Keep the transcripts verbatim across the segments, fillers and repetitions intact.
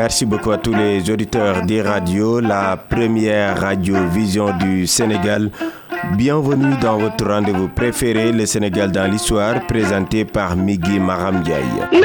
Merci beaucoup à tous les auditeurs des radios, la première radio-vision du Sénégal. Bienvenue dans votre rendez-vous préféré, le Sénégal dans l'histoire, présenté par Migui Maram Ndiaye.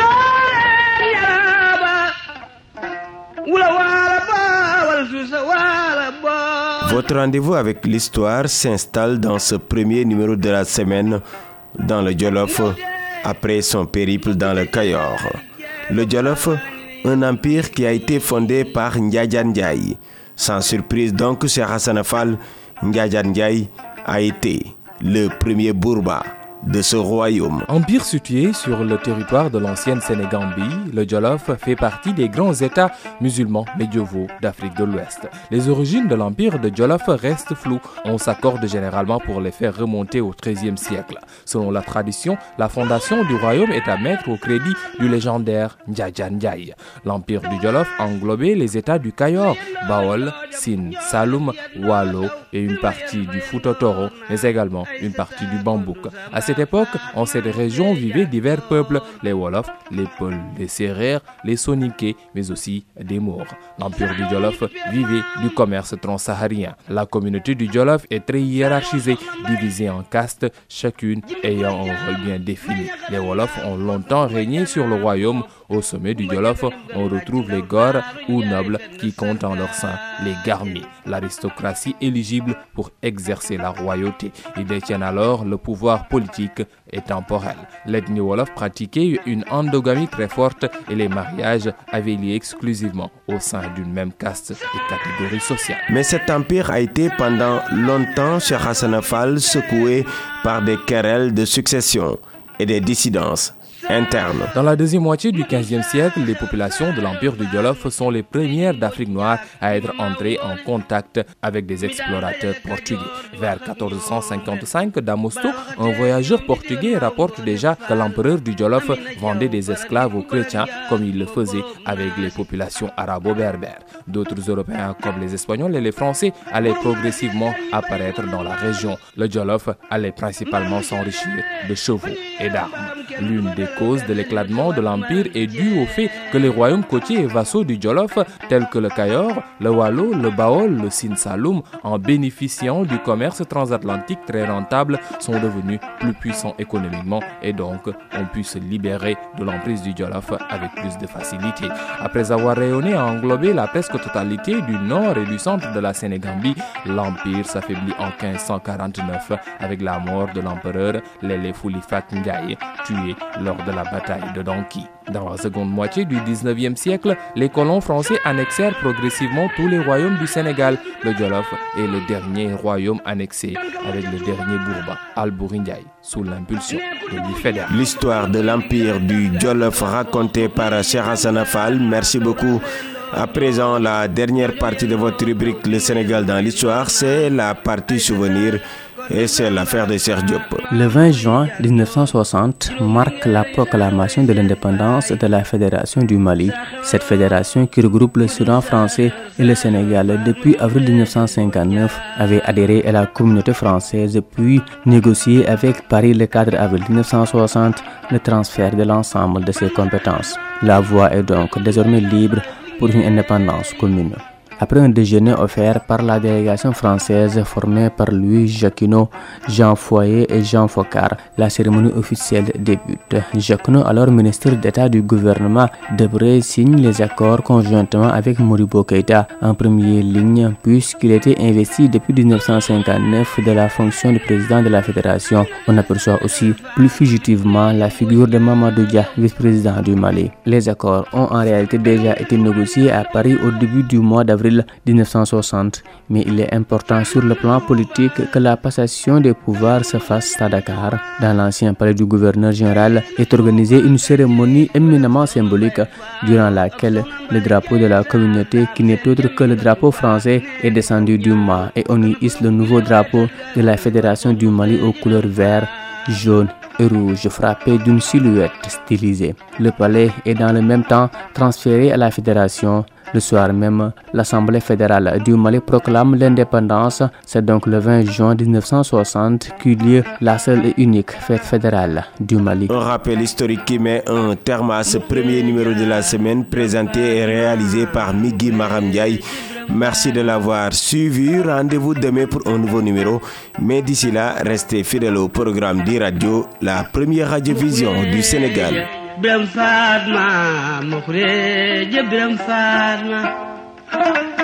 Votre rendez-vous avec l'histoire s'installe dans ce premier numéro de la semaine dans le Jolof, après son périple dans le Kayor. Le Jolof, un empire qui a été fondé par Ndiaye Ndiaye. Sans surprise donc, Cheikh Hassana Fall, Ndiaye Ndiaye a été le premier Bourba de ce royaume. Empire situé sur le territoire de l'ancienne Sénégambie, le Jolof fait partie des grands États musulmans médiévaux d'Afrique de l'Ouest. Les origines de l'empire de Jolof restent floues. On s'accorde généralement pour les faire remonter au treizième siècle. Selon la tradition, la fondation du royaume est à mettre au crédit du légendaire Ndiaye Ndiaye. L'empire du Jolof englobait les États du Kayor, Baol, Sine, Saloum, Waalo et une partie du Fouta Toro, mais également une partie du Bambouk. À cette époque, en cette région vivaient divers peuples, les Wolofs, les Peuls, les Sérères, les Soninké, mais aussi des Maures. L'empire du Jolof vivait du commerce transsaharien. La communauté du Jolof est très hiérarchisée, divisée en castes, chacune ayant un rôle bien défini. Les Wolofs ont longtemps régné sur le royaume. Au sommet du Jolof, on retrouve les Gor ou nobles qui comptent en leur sein les Garmis, l'aristocratie éligible pour exercer la royauté. Ils détiennent alors le pouvoir politique et temporel. L'ethnie Wolof pratiquait une endogamie très forte et les mariages avaient lieu exclusivement au sein d'une même caste et catégorie sociale. Mais cet empire a été pendant longtemps, Cheikh Hassana Fall, secoué par des querelles de succession et des dissidences interne. Dans la deuxième moitié du quinzième siècle, les populations de l'empire du Jolof sont les premières d'Afrique noire à être entrées en contact avec des explorateurs portugais. Vers quatorze cent cinquante-cinq, d'Amosto, un voyageur portugais rapporte déjà que l'empereur du Jolof vendait des esclaves aux chrétiens comme il le faisait avec les populations arabo-berbères. D'autres Européens comme les Espagnols et les Français allaient progressivement apparaître dans la région. Le Jolof allait principalement s'enrichir de chevaux et d'armes. L'une des causes de l'éclatement de l'empire est due au fait que les royaumes côtiers et vassaux du Jolof, tels que le Kayor, le Waalo, le Baol, le Sine Saloum, en bénéficiant du commerce transatlantique très rentable, sont devenus plus puissants économiquement et donc ont pu se libérer de l'emprise du Jolof avec plus de facilité. Après avoir rayonné et englobé la presque totalité du nord et du centre de la Sénégambie, l'empire s'affaiblit en quinze cent quarante-neuf avec la mort de l'empereur Lele Foulifat Ndiaye, tué lors de la bataille de Danki. Dans la seconde moitié du dix-neuvième siècle, les colons français annexèrent progressivement tous les royaumes du Sénégal. Le Jolof est le dernier royaume annexé avec le dernier Bourba, Alboury Ndiaye, sous l'impulsion de Louis Faidherbe. L'histoire de l'empire du Jolof racontée par Cheikh Hassana Fall. Merci beaucoup. À présent, la dernière partie de votre rubrique Le Sénégal dans l'histoire, c'est la partie souvenir. Et c'est l'affaire de Cheikh Diop. Le vingt juin dix-neuf cent soixante marque la proclamation de l'indépendance de la Fédération du Mali. Cette fédération qui regroupe le Soudan français et le Sénégal depuis avril dix-neuf cent cinquante-neuf avait adhéré à la communauté française puis négocié avec Paris le quatre avril dix-neuf cent soixante le transfert de l'ensemble de ses compétences. La voie est donc désormais libre pour une indépendance commune. Après un déjeuner offert par la délégation française formée par Louis Jacquinot, Jean Foyer et Jean Focard, la cérémonie officielle débute. Jacquinot, alors ministre d'État du gouvernement, Debré signe les accords conjointement avec Modibo Keïta en première ligne puisqu'il était investi depuis dix-neuf cent cinquante-neuf de la fonction de président de la fédération. On aperçoit aussi plus fugitivement la figure de Mamadou Dia, vice-président du Mali. Les accords ont en réalité déjà été négociés à Paris au début du mois d'avril dix-neuf cent soixante, mais il est important sur le plan politique que la passation des pouvoirs se fasse à Dakar. Dans l'ancien palais du gouverneur général est organisée une cérémonie éminemment symbolique durant laquelle le drapeau de la communauté, qui n'est autre que le drapeau français, est descendu du mât et on y hisse le nouveau drapeau de la Fédération du Mali aux couleurs vert, jaune et rouge frappé d'une silhouette stylisée. Le palais est dans le même temps transféré à la fédération. Le soir même, l'Assemblée fédérale du Mali proclame l'indépendance. C'est donc le vingt juin dix-neuf cent soixante qu'eut lieu la seule et unique fête fédérale du Mali. Un rappel historique qui met un terme à ce premier numéro de la semaine présenté et réalisé par Migui Maram Ndiaye. Merci de l'avoir suivi. Rendez-vous demain pour un nouveau numéro. Mais d'ici là, restez fidèles au programme d'e-radio, la première radiovision du Sénégal. Biram Fatma, Mokhreja Biram Fatma.